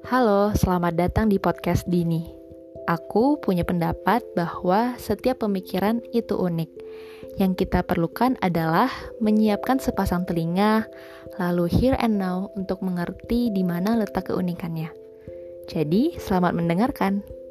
Halo, selamat datang di podcast Dini. Aku punya pendapat bahwa setiap pemikiran itu unik. Yang kita perlukan adalah menyiapkan sepasang telinga, lalu here and now untuk mengerti di mana letak keunikannya. Jadi, selamat mendengarkan.